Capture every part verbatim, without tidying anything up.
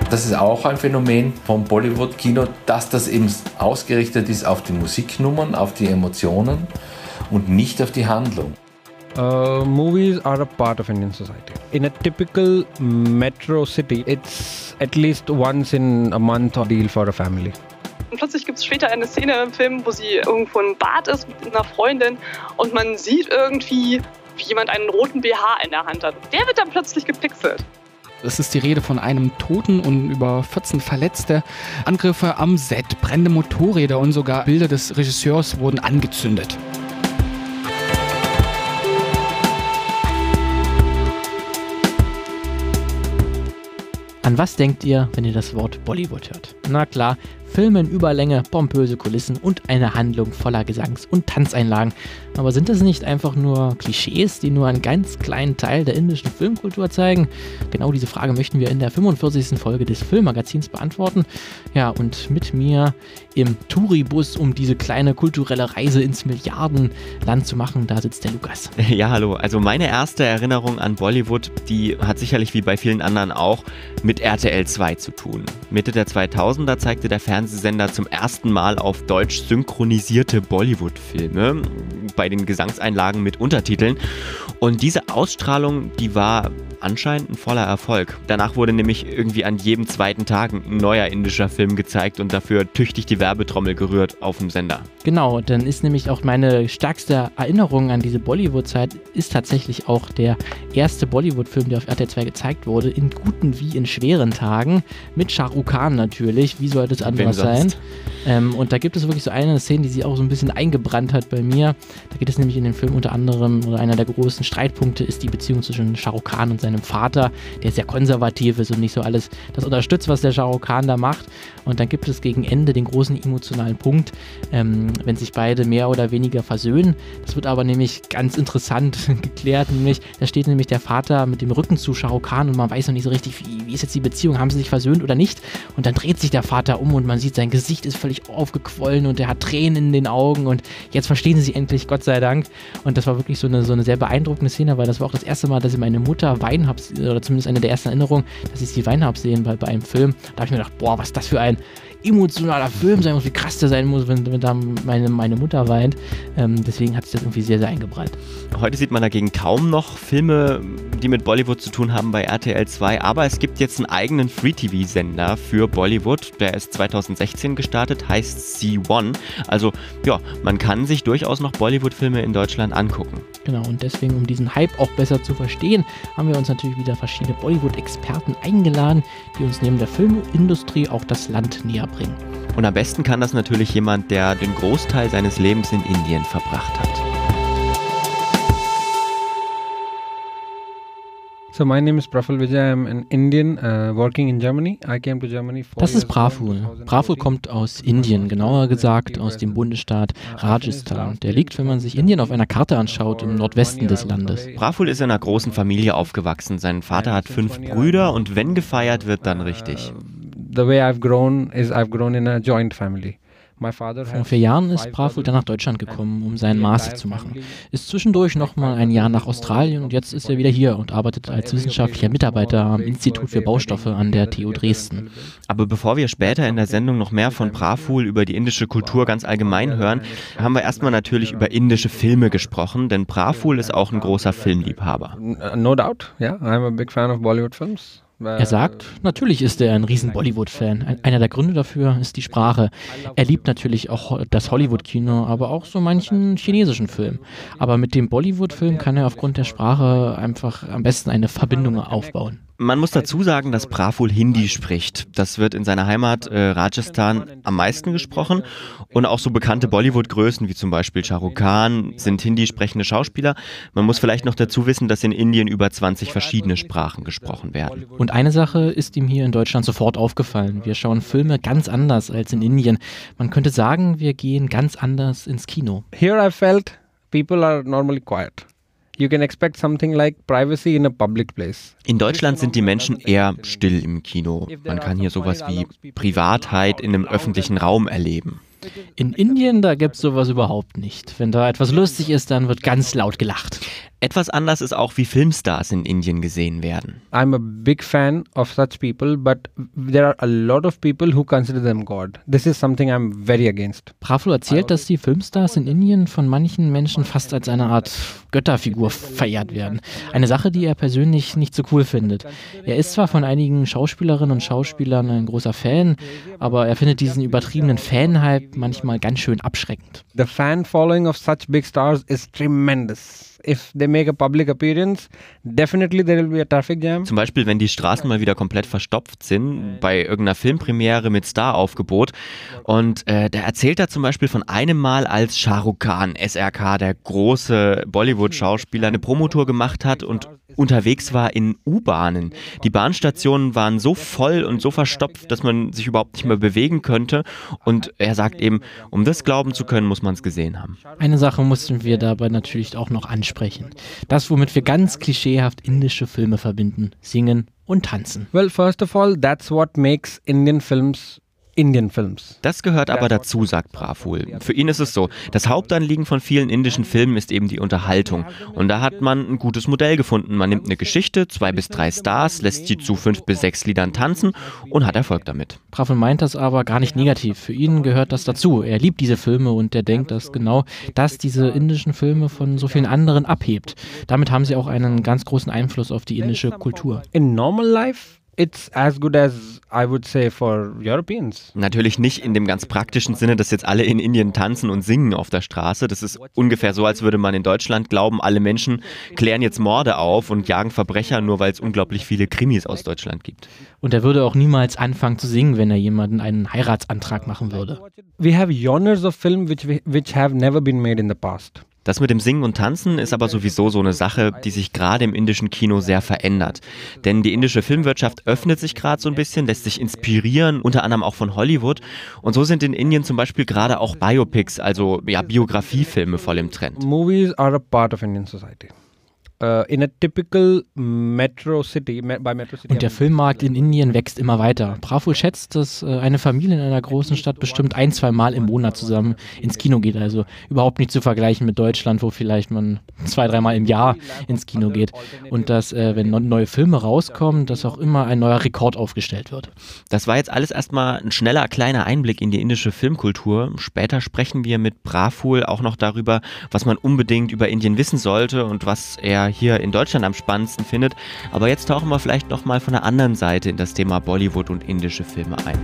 Das ist auch ein Phänomen vom Bollywood-Kino, dass das eben ausgerichtet ist auf die Musiknummern, auf die Emotionen und nicht auf die Handlung. Uh, movies are a part of Indian society. In a typical metro city, it's at least once in a month a deal for a family. Und plötzlich gibt es später eine Szene im Film, wo sie irgendwo im Bad ist mit einer Freundin und man sieht irgendwie, wie jemand einen roten B H in der Hand hat. Der wird dann plötzlich gepixelt. Es ist die Rede von einem Toten und über vierzehn Verletzte. Angriffe am Set, brennende Motorräder und sogar Bilder des Regisseurs wurden angezündet. An was denkt ihr, wenn ihr das Wort Bollywood hört? Na klar, Filme in Überlänge, pompöse Kulissen und eine Handlung voller Gesangs- und Tanzeinlagen. Aber sind das nicht einfach nur Klischees, die nur einen ganz kleinen Teil der indischen Filmkultur zeigen? Genau diese Frage möchten wir in der fünfundvierzigsten Folge des Filmmagazins beantworten. Ja, und mit mir im Touribus, um diese kleine kulturelle Reise ins Milliardenland zu machen, da sitzt der Lukas. Ja, hallo. Also meine erste Erinnerung an Bollywood, die hat sicherlich wie bei vielen anderen auch mit R T L zwei zu tun. Mitte der zweitausender zeigte der Fernsehsender zum ersten Mal auf Deutsch synchronisierte Bollywood-Filme bei den Gesangseinlagen mit Untertiteln. Und diese Ausstrahlung, die war anscheinend ein voller Erfolg. Danach wurde nämlich irgendwie an jedem zweiten Tag ein neuer indischer Film gezeigt und dafür tüchtig die Werbetrommel gerührt auf dem Sender. Genau, dann ist nämlich auch meine stärkste Erinnerung an diese Bollywood-Zeit ist tatsächlich auch der erste Bollywood-Film, der auf R T L zwei gezeigt wurde, in guten wie in schweren Tagen, mit Shah Rukh Khan natürlich, wie soll das anders sein? Ähm, und da gibt es wirklich so eine Szene, die sich auch so ein bisschen eingebrannt hat bei mir. Da geht es nämlich in dem Film unter anderem, oder einer der großen Streitpunkte ist die Beziehung zwischen Shah Rukh Khan und seinem Vater, der sehr konservativ ist und nicht so alles das unterstützt, was der Shah Rukh Khan da macht. Und dann gibt es gegen Ende den großen emotionalen Punkt, ähm, wenn sich beide mehr oder weniger versöhnen. Das wird aber nämlich ganz interessant geklärt, nämlich da steht nämlich der Vater mit dem Rücken zu Shah Rukh Khan und man weiß noch nicht so richtig, wie, wie ist jetzt die Beziehung, haben sie sich versöhnt oder nicht? Und dann dreht sich der Vater um und man sieht, sein Gesicht ist völlig aufgequollen und er hat Tränen in den Augen und jetzt verstehen sie sich endlich, Gott sei Dank. Und das war wirklich so eine, so eine sehr beeindruckende Szene, weil das war auch das erste Mal, dass ich meine Mutter weinen habe, oder zumindest eine der ersten Erinnerungen, dass ich sie weinen habe sehen bei, bei einem Film. Da habe ich mir gedacht, boah, was ist das für ein emotionaler Film sein muss, wie krass der sein muss, wenn, wenn da meine, meine Mutter weint. Ähm, deswegen hat sich das irgendwie sehr, sehr eingebrannt. Heute sieht man dagegen kaum noch Filme, die mit Bollywood zu tun haben bei R T L zwei, aber es gibt jetzt einen eigenen Free-T V-Sender für Bollywood, der ist zweitausendsechzehn gestartet, heißt C eins. Also ja, man kann sich durchaus noch Bollywood-Filme in Deutschland angucken. Genau, und deswegen, um diesen Hype auch besser zu verstehen, haben wir uns natürlich wieder verschiedene Bollywood-Experten eingeladen, die uns neben der Filmindustrie auch das Land näher bringen. Und am besten kann das natürlich jemand, der den Großteil seines Lebens in Indien verbracht hat. So my name is Praful Vijay. I'm an Indian uh, working in Germany. I came to Germany four Das ist years ago, Praful. twenty Praful fourteen. kommt aus Indien, genauer gesagt aus dem Bundesstaat Rajasthan. Der liegt, wenn man sich Indien auf einer Karte anschaut, im Nordwesten des Landes. Praful ist in einer großen Familie aufgewachsen. Sein Vater hat fünf Brüder und wenn gefeiert wird, dann richtig. The way I've grown is I've grown in a joint family. Vor vier Jahren ist Praful dann nach Deutschland gekommen, um seinen Master zu machen. Ist zwischendurch nochmal ein Jahr nach Australien und jetzt ist er wieder hier und arbeitet als wissenschaftlicher Mitarbeiter am Institut für Baustoffe an der T U Dresden. Aber bevor wir später in der Sendung noch mehr von Praful über die indische Kultur ganz allgemein hören, haben wir erstmal natürlich über indische Filme gesprochen, denn Praful ist auch ein großer Filmliebhaber. No doubt, yeah, I'm a big fan of Bollywood films. Er sagt, natürlich ist er ein riesen Bollywood-Fan. Ein, einer der Gründe dafür ist die Sprache. Er liebt natürlich auch das Hollywood-Kino, aber auch so manchen chinesischen Film. Aber mit dem Bollywood-Film kann er aufgrund der Sprache einfach am besten eine Verbindung aufbauen. Man muss dazu sagen, dass Praful Hindi spricht. Das wird in seiner Heimat äh, Rajasthan am meisten gesprochen. Und auch so bekannte Bollywood-Größen wie zum Beispiel Shah Rukh Khan sind Hindi sprechende Schauspieler. Man muss vielleicht noch dazu wissen, dass in Indien über zwanzig verschiedene Sprachen gesprochen werden. Und eine Sache ist ihm hier in Deutschland sofort aufgefallen. Wir schauen Filme ganz anders als in Indien. Man könnte sagen, wir gehen ganz anders ins Kino. Here I felt people are normally quiet. You can expect something like privacy in a public place. In Deutschland sind die Menschen eher still im Kino. Man kann hier sowas wie Privatheit in einem öffentlichen Raum erleben. In Indien, da gibt es sowas überhaupt nicht. Wenn da etwas lustig ist, dann wird ganz laut gelacht. Etwas anders ist auch, wie Filmstars in Indien gesehen werden. I'm a big fan of such people, but there are a lot of people who consider them God. This is something I'm very against. Praful erzählt, dass die Filmstars in Indien von manchen Menschen fast als eine Art Götterfigur verehrt werden. Eine Sache, die er persönlich nicht so cool findet. Er ist zwar von einigen Schauspielerinnen und Schauspielern ein großer Fan, aber er findet diesen übertriebenen Fan-Hype manchmal ganz schön abschreckend. The fan following of such big stars is tremendous. If they make a public appearance, definitely there will be a traffic jam. Zum Beispiel, wenn die Straßen mal wieder komplett verstopft sind, bei irgendeiner Filmpremiere mit Staraufgebot. Und äh, da erzählt er zum Beispiel von einem Mal, als Shah Rukh Khan, S R K, der große Bollywood-Schauspieler, eine Promotour gemacht hat und unterwegs war in U-Bahnen. Die Bahnstationen waren so voll und so verstopft, dass man sich überhaupt nicht mehr bewegen könnte. Und er sagt eben, um das glauben zu können, muss man es gesehen haben. Eine Sache mussten wir dabei natürlich auch noch ansprechen. Das, womit wir ganz klischeehaft indische Filme verbinden. Singen und tanzen. Well, first of all, that's what makes Indian films Indian Films. Das gehört aber dazu, sagt Praful. Für ihn ist es so, das Hauptanliegen von vielen indischen Filmen ist eben die Unterhaltung. Und da hat man ein gutes Modell gefunden. Man nimmt eine Geschichte, zwei bis drei Stars, lässt sie zu fünf bis sechs Liedern tanzen und hat Erfolg damit. Praful meint das aber gar nicht negativ. Für ihn gehört das dazu. Er liebt diese Filme und er denkt, dass genau das diese indischen Filme von so vielen anderen abhebt. Damit haben sie auch einen ganz großen Einfluss auf die indische Kultur. In normal life, it's as good as, I would say, for Europeans. Natürlich nicht in dem ganz praktischen Sinne, dass jetzt alle in Indien tanzen und singen auf der Straße. Das ist ungefähr so, als würde man in Deutschland glauben, alle Menschen klären jetzt Morde auf und jagen Verbrecher, nur weil es unglaublich viele Krimis aus Deutschland gibt. Und er würde auch niemals anfangen zu singen, wenn er jemanden einen Heiratsantrag machen würde. We have genres of film which, which have never been made in the past. Das mit dem Singen und Tanzen ist aber sowieso so eine Sache, die sich gerade im indischen Kino sehr verändert. Denn die indische Filmwirtschaft öffnet sich gerade so ein bisschen, lässt sich inspirieren, unter anderem auch von Hollywood. Und so sind in Indien zum Beispiel gerade auch Biopics, also ja, Biografiefilme voll im Trend. Movies are a part of Indian society. Uh, in a typical metro city, me- by metro city. Und der Filmmarkt in Indien wächst immer weiter. Praful schätzt, dass äh, eine Familie in einer großen Stadt bestimmt ein, zwei Mal im Monat zusammen ins Kino geht. Also überhaupt nicht zu vergleichen mit Deutschland, wo vielleicht man zwei, dreimal im Jahr ins Kino geht. Und dass, äh, wenn neue Filme rauskommen, dass auch immer ein neuer Rekord aufgestellt wird. Das war jetzt alles erstmal ein schneller, kleiner Einblick in die indische Filmkultur. Später sprechen wir mit Praful auch noch darüber, was man unbedingt über Indien wissen sollte und was er hier in Deutschland am spannendsten findet. Aber jetzt tauchen wir vielleicht noch mal von der anderen Seite in das Thema Bollywood und indische Filme ein.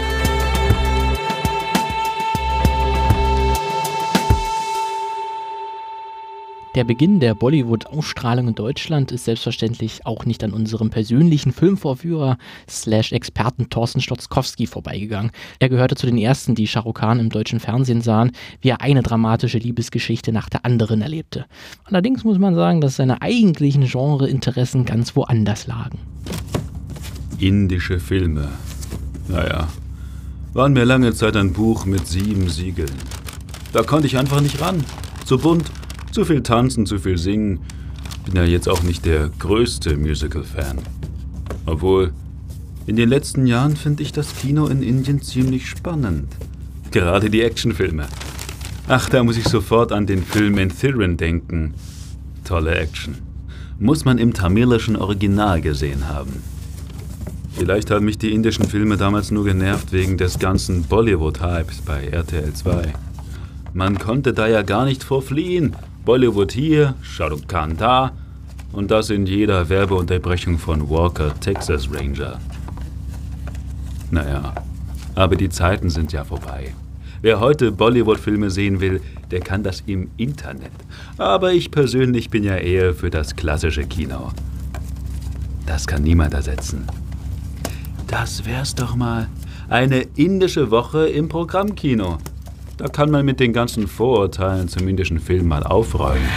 Der Beginn der Bollywood-Ausstrahlung in Deutschland ist selbstverständlich auch nicht an unserem persönlichen Filmvorführer slash Experten Thorsten Stotzkowski vorbeigegangen. Er gehörte zu den ersten, die Shah Rukh Khan im deutschen Fernsehen sahen, wie er eine dramatische Liebesgeschichte nach der anderen erlebte. Allerdings muss man sagen, dass seine eigentlichen Genreinteressen ganz woanders lagen. Indische Filme. Naja, waren mir lange Zeit ein Buch mit sieben Siegeln. Da konnte ich einfach nicht ran. Zu bunt. Zu viel tanzen, zu viel singen. Bin ja jetzt auch nicht der größte Musical-Fan. Obwohl, in den letzten Jahren finde ich das Kino in Indien ziemlich spannend. Gerade die Actionfilme. Ach, da muss ich sofort an den Film Enthiran denken. Tolle Action. Muss man im tamilischen Original gesehen haben. Vielleicht haben mich die indischen Filme damals nur genervt wegen des ganzen Bollywood-Hypes bei R T L zwei. Man konnte da ja gar nicht vorfliehen. Bollywood hier, Shah Rukh Khan da und das in jeder Werbeunterbrechung von Walker, Texas Ranger. Naja, aber die Zeiten sind ja vorbei. Wer heute Bollywood-Filme sehen will, der kann das im Internet. Aber ich persönlich bin ja eher für das klassische Kino. Das kann niemand ersetzen. Das wär's doch mal. Eine indische Woche im Programmkino. Da kann man mit den ganzen Vorurteilen zum indischen Film mal aufräumen.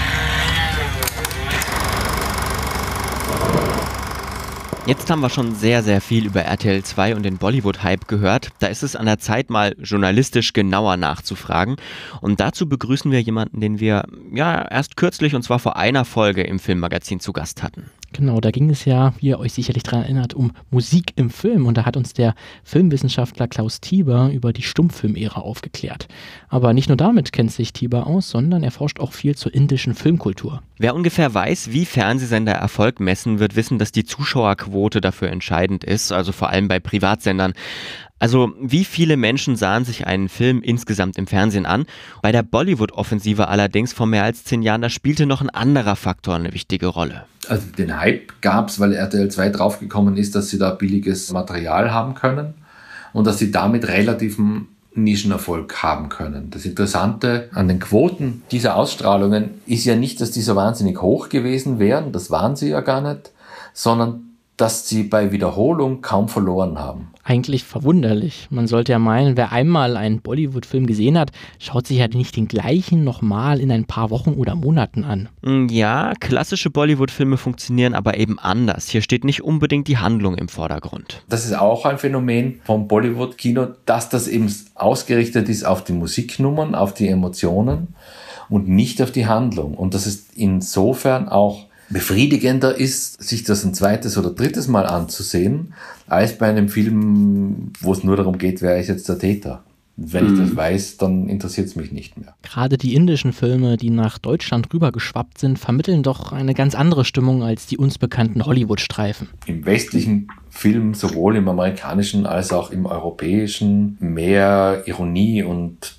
Jetzt haben wir schon sehr, sehr viel über R T L zwei und den Bollywood-Hype gehört. Da ist es an der Zeit, mal journalistisch genauer nachzufragen. Und dazu begrüßen wir jemanden, den wir ja erst kürzlich, und zwar vor einer Folge im Filmmagazin zu Gast hatten. Genau, da ging es ja, wie ihr euch sicherlich daran erinnert, um Musik im Film. Und da hat uns der Filmwissenschaftler Klaus Tieber über die Stummfilmära aufgeklärt. Aber nicht nur damit kennt sich Tieber aus, sondern er forscht auch viel zur indischen Filmkultur. Wer ungefähr weiß, wie Fernsehsender Erfolg messen, wird wissen, dass die Zuschauerquote dafür entscheidend ist, also vor allem bei Privatsendern. Also wie viele Menschen sahen sich einen Film insgesamt im Fernsehen an? Bei der Bollywood-Offensive allerdings vor mehr als zehn Jahren, da spielte noch ein anderer Faktor eine wichtige Rolle. Also den Hype gab es, weil R T L zwei draufgekommen ist, dass sie da billiges Material haben können und dass sie damit relativen Nischenerfolg haben können. Das Interessante an den Quoten dieser Ausstrahlungen ist ja nicht, dass die so wahnsinnig hoch gewesen wären, das waren sie ja gar nicht, sondern dass sie bei Wiederholung kaum verloren haben. Eigentlich verwunderlich. Man sollte ja meinen, wer einmal einen Bollywood-Film gesehen hat, schaut sich ja nicht den gleichen nochmal in ein paar Wochen oder Monaten an. Ja, klassische Bollywood-Filme funktionieren aber eben anders. Hier steht nicht unbedingt die Handlung im Vordergrund. Das ist auch ein Phänomen vom Bollywood-Kino, dass das eben ausgerichtet ist auf die Musiknummern, auf die Emotionen und nicht auf die Handlung. Und das ist insofern auch befriedigender ist, sich das ein zweites oder drittes Mal anzusehen, als bei einem Film, wo es nur darum geht, wer ist jetzt der Täter. Wenn mhm. ich das weiß, dann interessiert es mich nicht mehr. Gerade die indischen Filme, die nach Deutschland rübergeschwappt sind, vermitteln doch eine ganz andere Stimmung als die uns bekannten Hollywood-Streifen. Im westlichen Film, sowohl im amerikanischen als auch im europäischen, mehr Ironie und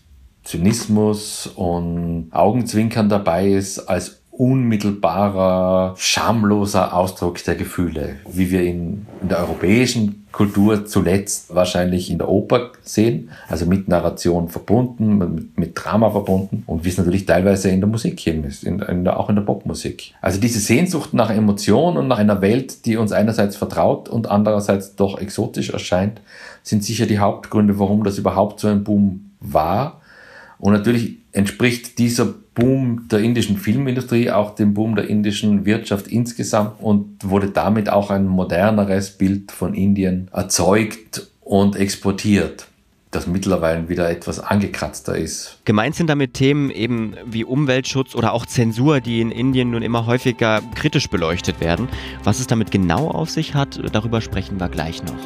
Zynismus und Augenzwinkern dabei ist als unmittelbarer, schamloser Ausdruck der Gefühle, wie wir ihn in der europäischen Kultur zuletzt wahrscheinlich in der Oper sehen, also mit Narration verbunden, mit, mit Drama verbunden und wie es natürlich teilweise in der Musik eben ist, in, in der, auch in der Popmusik. Also diese Sehnsucht nach Emotion und nach einer Welt, die uns einerseits vertraut und andererseits doch exotisch erscheint, sind sicher die Hauptgründe, warum das überhaupt so ein Boom war. Und natürlich entspricht dieser Boom der indischen Filmindustrie auch dem Boom der indischen Wirtschaft insgesamt und wurde damit auch ein moderneres Bild von Indien erzeugt und exportiert, das mittlerweile wieder etwas angekratzter ist. Gemeint sind damit Themen eben wie Umweltschutz oder auch Zensur, die in Indien nun immer häufiger kritisch beleuchtet werden. Was es damit genau auf sich hat, darüber sprechen wir gleich noch.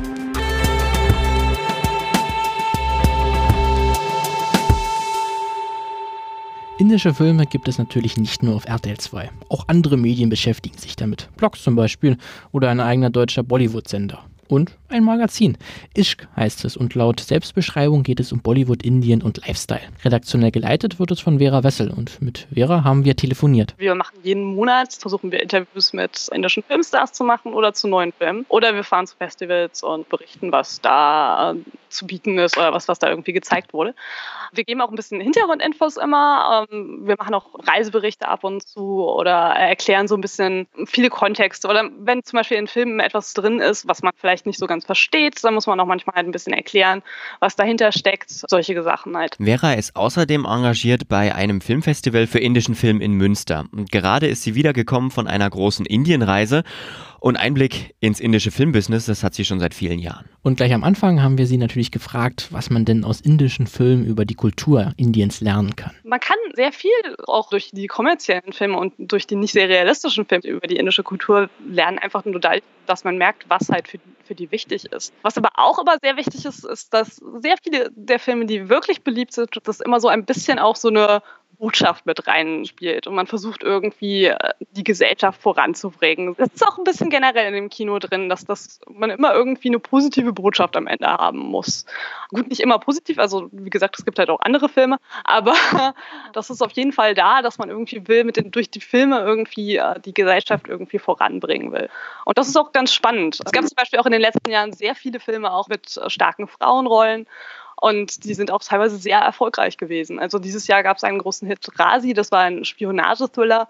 Indische Filme gibt es natürlich nicht nur auf R T L zwei. Auch andere Medien beschäftigen sich damit. Blogs zum Beispiel oder ein eigener deutscher Bollywood-Sender. Und ein Magazin. Ishq heißt es und laut Selbstbeschreibung geht es um Bollywood, Indien und Lifestyle. Redaktionell geleitet wird es von Vera Wessel und mit Vera haben wir telefoniert. Wir machen jeden Monat, versuchen wir Interviews mit indischen Filmstars zu machen oder zu neuen Filmen. Oder wir fahren zu Festivals und berichten, was da äh, zu bieten ist oder was, was da irgendwie gezeigt wurde. Wir geben auch ein bisschen Hintergrundinfos immer. Ähm, wir machen auch Reiseberichte ab und zu oder erklären so ein bisschen viele Kontexte. Oder wenn zum Beispiel in Filmen etwas drin ist, was man vielleicht nicht so ganz versteht, dann muss man auch manchmal halt ein bisschen erklären, was dahinter steckt. Solche Sachen halt. Vera ist außerdem engagiert bei einem Filmfestival für indischen Film in Münster. Und gerade ist sie wiedergekommen von einer großen Indienreise. Und Einblick ins indische Filmbusiness, das hat sie schon seit vielen Jahren. Und gleich am Anfang haben wir sie natürlich gefragt, was man denn aus indischen Filmen über die Kultur Indiens lernen kann. Man kann sehr viel auch durch die kommerziellen Filme und durch die nicht sehr realistischen Filme über die indische Kultur lernen, einfach nur dadurch, dass man merkt, was halt für, für die wichtig ist. Was aber auch immer sehr wichtig ist, ist, dass sehr viele der Filme, die wirklich beliebt sind, das immer so ein bisschen auch so eine Botschaft mit reinspielt und man versucht irgendwie die Gesellschaft voranzubringen. Das ist auch ein bisschen generell in dem Kino drin, dass das, man immer irgendwie eine positive Botschaft am Ende haben muss. Gut, nicht immer positiv, also wie gesagt, es gibt halt auch andere Filme, aber das ist auf jeden Fall da, dass man irgendwie will, mit den, durch die Filme irgendwie die Gesellschaft irgendwie voranbringen will. Und das ist auch ganz spannend. Es gab zum Beispiel auch in den letzten Jahren sehr viele Filme auch mit starken Frauenrollen. Und die sind auch teilweise sehr erfolgreich gewesen. Also dieses Jahr gab es einen großen Hit, Rasi, das war ein Spionagethriller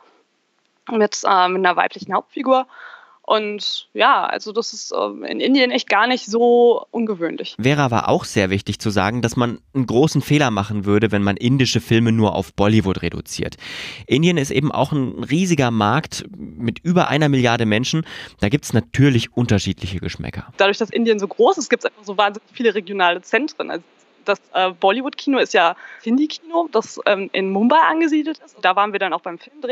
mit, äh, mit einer weiblichen Hauptfigur. Und ja, also das ist äh, in Indien echt gar nicht so ungewöhnlich. Vera war auch sehr wichtig zu sagen, dass man einen großen Fehler machen würde, wenn man indische Filme nur auf Bollywood reduziert. Indien ist eben auch ein riesiger Markt mit über einer Milliarde Menschen. Da gibt es natürlich unterschiedliche Geschmäcker. Dadurch, dass Indien so groß ist, gibt es einfach so wahnsinnig viele regionale Zentren. Also das äh, Bollywood-Kino ist ja Hindi-Kino, das ähm, in Mumbai angesiedelt ist. Da waren wir dann auch beim Filmdreh.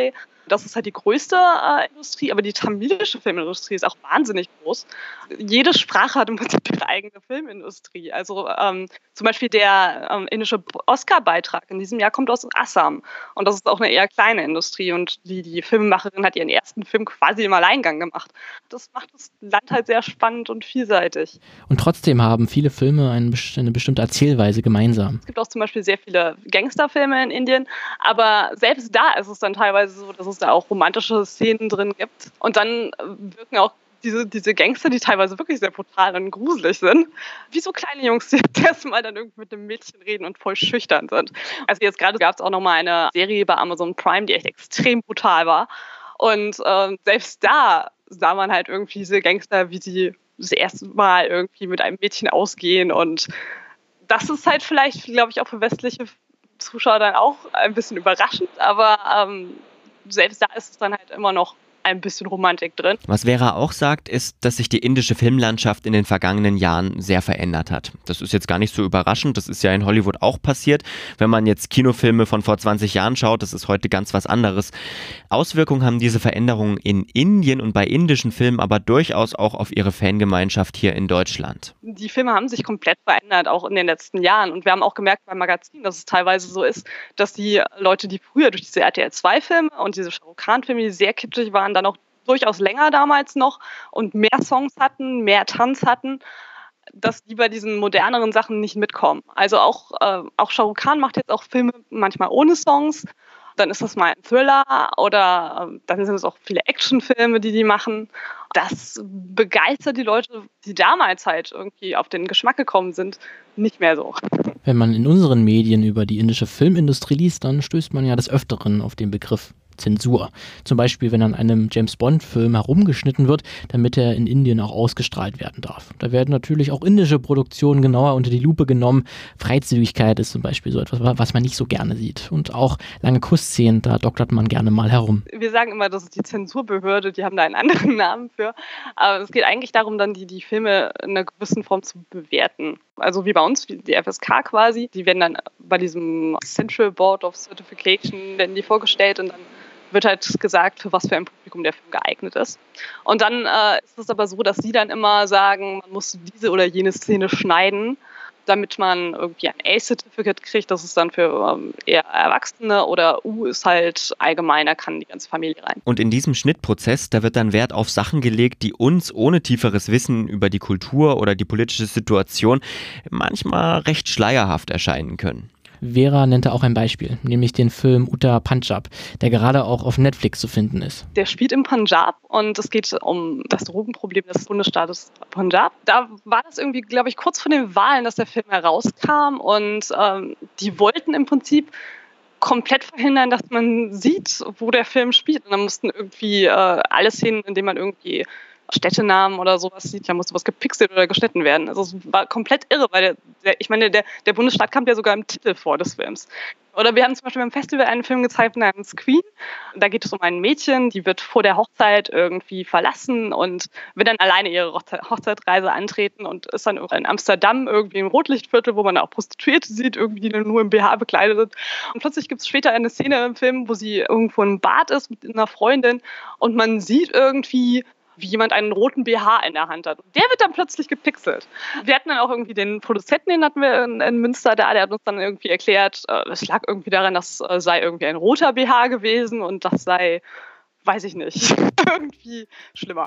Das ist halt die größte äh, Industrie, aber die tamilische Filmindustrie ist auch wahnsinnig groß. Jede Sprache hat im Prinzip ihre eigene Filmindustrie. Also ähm, zum Beispiel der ähm, indische Oscar-Beitrag in diesem Jahr kommt aus Assam. Und das ist auch eine eher kleine Industrie. Und die, die Filmemacherin hat ihren ersten Film quasi im Alleingang gemacht. Das macht das Land halt sehr spannend und vielseitig. Und trotzdem haben viele Filme eine bestimmte Erzählweise gemeinsam. Es gibt auch zum Beispiel sehr viele Gangsterfilme in Indien, aber selbst da ist es dann teilweise so, dass es da auch romantische Szenen drin gibt. Und dann wirken auch diese, diese Gangster, die teilweise wirklich sehr brutal und gruselig sind, wie so kleine Jungs, die das erste Mal dann irgendwie mit einem Mädchen reden und voll schüchtern sind. Also jetzt gerade gab es auch nochmal eine Serie bei Amazon Prime, die echt extrem brutal war. Und äh, selbst da sah man halt irgendwie diese Gangster, wie sie das erste Mal irgendwie mit einem Mädchen ausgehen. Und das ist halt vielleicht, glaube ich, auch für westliche Zuschauer dann auch ein bisschen überraschend, aber ähm, selbst da ist es dann halt immer noch ein bisschen Romantik drin. Was Vera auch sagt, ist, dass sich die indische Filmlandschaft in den vergangenen Jahren sehr verändert hat. Das ist jetzt gar nicht so überraschend, das ist ja in Hollywood auch passiert. Wenn man jetzt Kinofilme von vor zwanzig Jahren schaut, das ist heute ganz was anderes. Auswirkungen haben diese Veränderungen in Indien und bei indischen Filmen aber durchaus auch auf ihre Fangemeinschaft hier in Deutschland. Die Filme haben sich komplett verändert, auch in den letzten Jahren. Und wir haben auch gemerkt beim Magazin, dass es teilweise so ist, dass die Leute, die früher durch diese R T L zwei Filme und diese Shah Rukh Khan Filme, die sehr kitschig waren, dann auch durchaus länger damals noch und mehr Songs hatten, mehr Tanz hatten, dass die bei diesen moderneren Sachen nicht mitkommen. Also auch, äh, auch Shah Rukh Khan macht jetzt auch Filme manchmal ohne Songs. Dann ist das mal ein Thriller oder äh, dann sind es auch viele Actionfilme, die die machen. Das begeistert die Leute, die damals halt irgendwie auf den Geschmack gekommen sind, nicht mehr so. Wenn man in unseren Medien über die indische Filmindustrie liest, dann stößt man ja des Öfteren auf den Begriff Zensur. Zum Beispiel, wenn an einem James-Bond-Film herumgeschnitten wird, damit er in Indien auch ausgestrahlt werden darf. Da werden natürlich auch indische Produktionen genauer unter die Lupe genommen. Freizügigkeit ist zum Beispiel so etwas, was man nicht so gerne sieht. Und auch lange Kussszenen, da doktert man gerne mal herum. Wir sagen immer, das ist die Zensurbehörde, die haben da einen anderen Namen für. Aber es geht eigentlich darum, dann die, die Filme in einer gewissen Form zu bewerten. Also wie bei uns, wie die F S K quasi. Die werden dann bei diesem Central Board of Certification werden die vorgestellt und dann wird halt gesagt, für was für ein Publikum der Film geeignet ist. Und dann äh, ist es aber so, dass sie dann immer sagen, man muss diese oder jene Szene schneiden, damit man irgendwie ein A-Certificate kriegt. Das ist dann für ähm, eher Erwachsene oder U ist halt allgemein, da kann die ganze Familie rein. Und in diesem Schnittprozess, da wird dann Wert auf Sachen gelegt, die uns ohne tieferes Wissen über die Kultur oder die politische Situation manchmal recht schleierhaft erscheinen können. Vera nennt auch ein Beispiel, nämlich den Film Uttar Punjab, der gerade auch auf Netflix zu finden ist. Der spielt im Punjab und es geht um das Drogenproblem des Bundesstaates Punjab. Da war das irgendwie, glaube ich, kurz vor den Wahlen, dass der Film herauskam und ähm, die wollten im Prinzip komplett verhindern, dass man sieht, wo der Film spielt. Und dann mussten irgendwie äh, alle Szenen, in denen man irgendwie Städtenamen oder sowas sieht, da musste was gepixelt oder geschnitten werden. Also es war komplett irre, weil der, der, ich meine, der, der Bundesstaat kam ja sogar im Titel vor des Films. Oder wir haben zum Beispiel beim Festival einen Film gezeigt namens Queen. Da geht es um ein Mädchen, die wird vor der Hochzeit irgendwie verlassen und will dann alleine ihre Hochzeitreise antreten und ist dann in Amsterdam irgendwie im Rotlichtviertel, wo man auch Prostituierte sieht, irgendwie die nur im B H bekleidet sind. Und plötzlich gibt es später eine Szene im Film, wo sie irgendwo im Bad ist mit einer Freundin und man sieht irgendwie, wie jemand einen roten B H in der Hand hat. Und der wird dann plötzlich gepixelt. Wir hatten dann auch irgendwie den Produzenten, den hatten wir in, in Münster da, der hat uns dann irgendwie erklärt, äh, es lag irgendwie daran, das äh, sei irgendwie ein roter B H gewesen und das sei, weiß ich nicht, irgendwie schlimmer.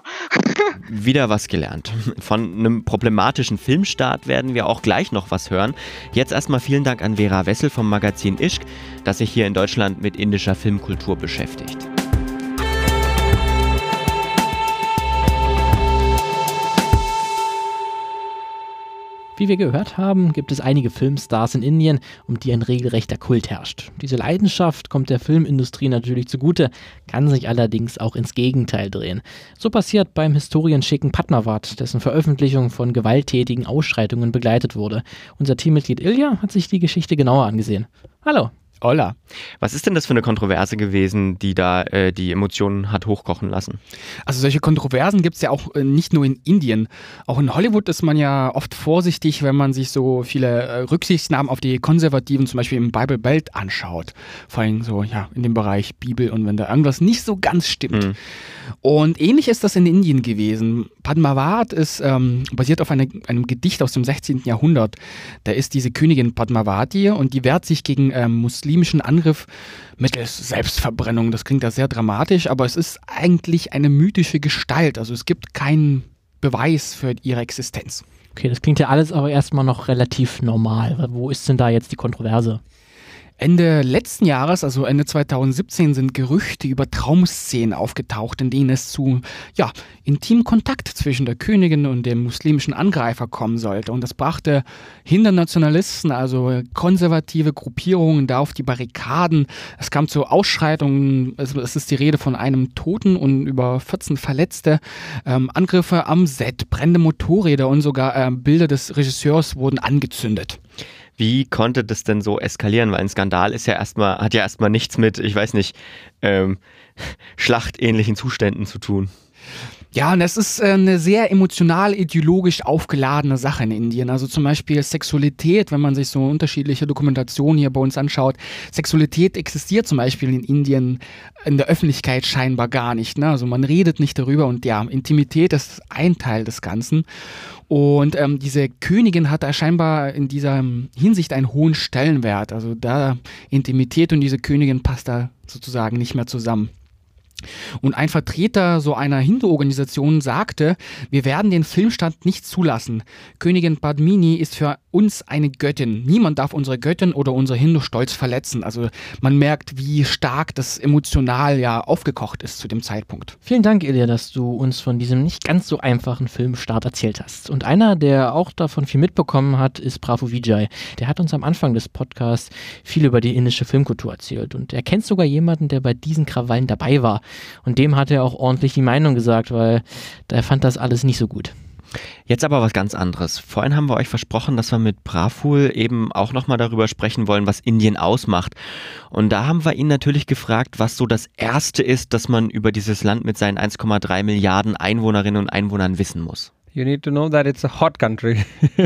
Wieder was gelernt. Von einem problematischen Filmstart werden wir auch gleich noch was hören. Jetzt erstmal vielen Dank an Vera Wessel vom Magazin Ishq, das sich hier in Deutschland mit indischer Filmkultur beschäftigt. Wie wir gehört haben, gibt es einige Filmstars in Indien, um die ein regelrechter Kult herrscht. Diese Leidenschaft kommt der Filmindustrie natürlich zugute, kann sich allerdings auch ins Gegenteil drehen. So passiert beim historienschicken Padmavat, dessen Veröffentlichung von gewalttätigen Ausschreitungen begleitet wurde. Unser Teammitglied Ilja hat sich die Geschichte genauer angesehen. Hallo. Hola. Was ist denn das für eine Kontroverse gewesen, die da äh, die Emotionen hat hochkochen lassen? Also solche Kontroversen gibt es ja auch äh, nicht nur in Indien. Auch in Hollywood ist man ja oft vorsichtig, wenn man sich so viele äh, Rücksichtnahmen auf die Konservativen, zum Beispiel im Bible Belt, anschaut. Vor allem so ja in dem Bereich Bibel und wenn da irgendwas nicht so ganz stimmt. Mhm. Und ähnlich ist das in Indien gewesen. Padmavat ist ähm, basiert auf eine, einem Gedicht aus dem sechzehnten Jahrhundert. Da ist diese Königin Padmavati und die wehrt sich gegen ähm, muslimischen Angriff mittels Selbstverbrennung. Das klingt ja sehr dramatisch, aber es ist eigentlich eine mythische Gestalt. Also es gibt keinen Beweis für ihre Existenz. Okay, das klingt ja alles aber erstmal noch relativ normal. Wo ist denn da jetzt die Kontroverse? Ende letzten Jahres, also Ende zweitausendsiebzehn, sind Gerüchte über Traumszenen aufgetaucht, in denen es zu ja, intimen Kontakt zwischen der Königin und dem muslimischen Angreifer kommen sollte. Und das brachte Hindu-Nationalisten, also konservative Gruppierungen, da auf die Barrikaden. Es kam zu Ausschreitungen, es, es ist die Rede von einem Toten und über vierzehn Verletzte. Ähm, Angriffe am Set, brennende Motorräder und sogar äh, Bilder des Regisseurs wurden angezündet. Wie konnte das denn so eskalieren? Weil ein Skandal ist ja erstmal, hat ja erstmal nichts mit, ich weiß nicht, ähm, schlachtähnlichen Zuständen zu tun. Ja, und das ist äh, eine sehr emotional, ideologisch aufgeladene Sache in Indien. Also zum Beispiel Sexualität, wenn man sich so unterschiedliche Dokumentationen hier bei uns anschaut. Sexualität existiert zum Beispiel in Indien in der Öffentlichkeit scheinbar gar nicht. Ne? Also man redet nicht darüber und ja, Intimität ist ein Teil des Ganzen. Und ähm, diese Königin hat da scheinbar in dieser Hinsicht einen hohen Stellenwert. Also da Intimität und diese Königin passt da sozusagen nicht mehr zusammen. Und ein Vertreter so einer Hindu-Organisation sagte, wir werden den Filmstand nicht zulassen. Königin Padmini ist für uns eine Göttin. Niemand darf unsere Göttin oder unser Hindu-Stolz verletzen. Also man merkt, wie stark das emotional ja aufgekocht ist zu dem Zeitpunkt. Vielen Dank, Ilja, dass du uns von diesem nicht ganz so einfachen Filmstart erzählt hast. Und einer, der auch davon viel mitbekommen hat, ist Prabhu Vijay. Der hat uns am Anfang des Podcasts viel über die indische Filmkultur erzählt. Und er kennt sogar jemanden, der bei diesen Krawallen dabei war. Und dem hat er auch ordentlich die Meinung gesagt, weil er fand das alles nicht so gut. Jetzt aber was ganz anderes. Vorhin haben wir euch versprochen, dass wir mit Praful eben auch nochmal darüber sprechen wollen, was Indien ausmacht. Und da haben wir ihn natürlich gefragt, was so das Erste ist, das man über dieses Land mit seinen eins Komma drei Milliarden Einwohnerinnen und Einwohnern wissen muss. You need to know that it's a hot country.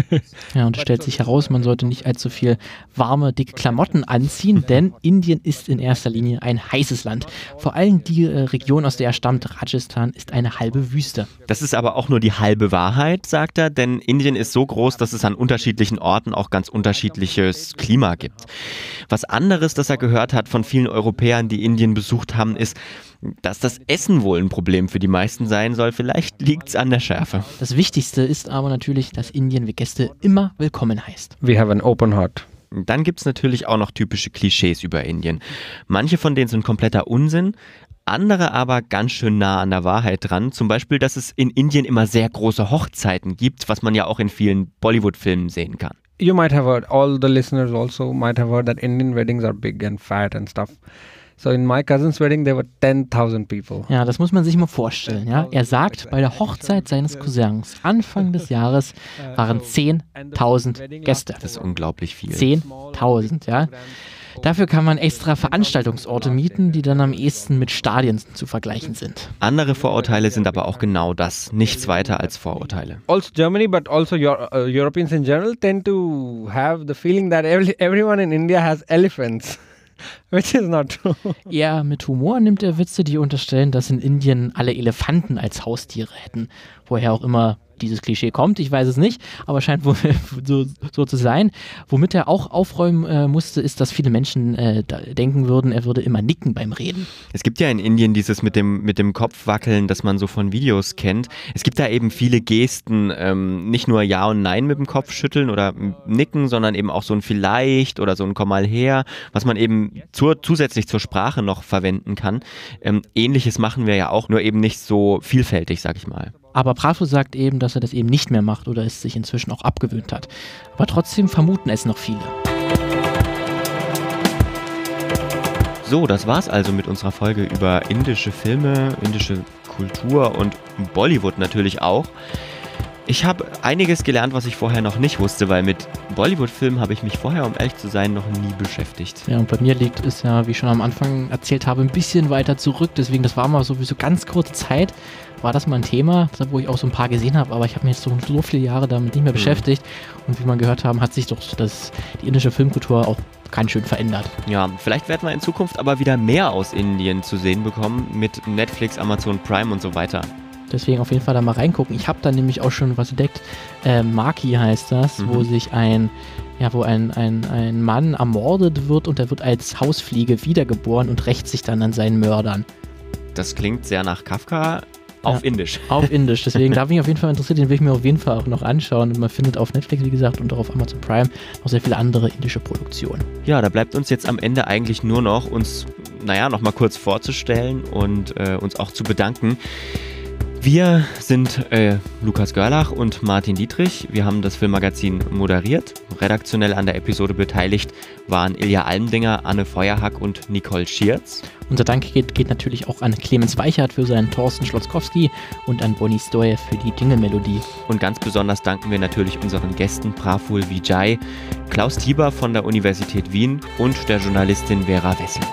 Ja, und es stellt sich heraus, man sollte nicht allzu viel warme, dicke Klamotten anziehen, denn Indien ist in erster Linie ein heißes Land. Vor allem die äh, Region, aus der er stammt, Rajasthan, ist eine halbe Wüste. Das ist aber auch nur die halbe Wahrheit, sagt er, denn Indien ist so groß, dass es an unterschiedlichen Orten auch ganz unterschiedliches Klima gibt. Was anderes, das er gehört hat von vielen Europäern, die Indien besucht haben, ist, dass das Essen wohl ein Problem für die meisten sein soll. Vielleicht liegt es an der Schärfe. Das Wichtigste ist aber natürlich, dass Indien wie Gäste immer willkommen heißt. We have an open heart. Dann gibt es natürlich auch noch typische Klischees über Indien. Manche von denen sind kompletter Unsinn, andere aber ganz schön nah an der Wahrheit dran. Zum Beispiel, dass es in Indien immer sehr große Hochzeiten gibt, was man ja auch in vielen Bollywood-Filmen sehen kann. You might have heard, all the listeners also might have heard that Indian weddings are big and fat and stuff. So in my cousin's wedding there were ten thousand people. Ja, das muss man sich mal vorstellen. Ja? Er sagt, bei der Hochzeit seines Cousins Anfang des Jahres waren zehntausend Gäste. Das ist unglaublich viel. zehntausend, ja. Dafür kann man extra Veranstaltungsorte mieten, die dann am ehesten mit Stadien zu vergleichen sind. Andere Vorurteile sind aber auch genau das, nichts weiter als Vorurteile. Also Germany, but also Euro- uh, Europeans in general tend to have the feeling that every, everyone in India has elephants. Which is not true. Eher mit Humor nimmt er Witze, die unterstellen, dass in Indien alle Elefanten als Haustiere hätten. Woher auch immer dieses Klischee kommt, ich weiß es nicht, aber scheint wohl so, so zu sein. Womit er auch aufräumen äh, musste, ist, dass viele Menschen äh, denken würden, er würde immer nicken beim Reden. Es gibt ja in Indien dieses mit dem, mit dem Kopfwackeln, das man so von Videos kennt. Es gibt da eben viele Gesten, ähm, nicht nur Ja und Nein mit dem Kopf schütteln oder nicken, sondern eben auch so ein Vielleicht oder so ein Komm mal her, was man eben zur, zusätzlich zur Sprache noch verwenden kann. Ähm, Ähnliches machen wir ja auch, nur eben nicht so vielfältig, sag ich mal. Aber Praful sagt eben, dass er das eben nicht mehr macht oder es sich inzwischen auch abgewöhnt hat. Aber trotzdem vermuten es noch viele. So, das war's also mit unserer Folge über indische Filme, indische Kultur und Bollywood natürlich auch. Ich habe einiges gelernt, was ich vorher noch nicht wusste, weil mit Bollywood-Filmen habe ich mich vorher, um ehrlich zu sein, noch nie beschäftigt. Ja, und bei mir liegt es ja, wie ich schon am Anfang erzählt habe, ein bisschen weiter zurück. Deswegen, das war mal sowieso ganz kurze Zeit, war das mal ein Thema, wo ich auch so ein paar gesehen habe. Aber ich habe mich jetzt so, so viele Jahre damit nicht mehr mhm. beschäftigt. Und wie wir gehört haben, hat sich doch das, die indische Filmkultur auch ganz schön verändert. Ja, vielleicht werden wir in Zukunft aber wieder mehr aus Indien zu sehen bekommen mit Netflix, Amazon Prime und so weiter. Deswegen auf jeden Fall da mal reingucken. Ich habe da nämlich auch schon was entdeckt. Äh, Maki heißt das, mhm. wo sich ein, ja, wo ein, ein, ein Mann ermordet wird und er wird als Hausfliege wiedergeboren und rächt sich dann an seinen Mördern. Das klingt sehr nach Kafka. Auf ja, Indisch. Auf Indisch. Deswegen, da bin ich auf jeden Fall interessiert, den will ich mir auf jeden Fall auch noch anschauen. Und man findet auf Netflix, wie gesagt, und auch auf Amazon Prime noch sehr viele andere indische Produktionen. Ja, da bleibt uns jetzt am Ende eigentlich nur noch, uns, naja, noch mal kurz vorzustellen und äh, uns auch zu bedanken. Wir sind äh, Lukas Görlach und Martin Dietrich. Wir haben das Filmmagazin moderiert. Redaktionell an der Episode beteiligt waren Ilja Almdinger, Anne Feuerhack und Nicole Schierz. Unser Dank geht, geht natürlich auch an Clemens Weichert für seinen Thorsten Schlotzkowski und an Bonnie Stoye für die Jingle-Melodie. Und ganz besonders danken wir natürlich unseren Gästen Praful Vijay, Klaus Tieber von der Universität Wien und der Journalistin Vera Wessel.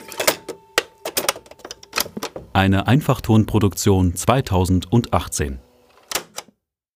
Eine Einfachtonproduktion zweitausendachtzehn.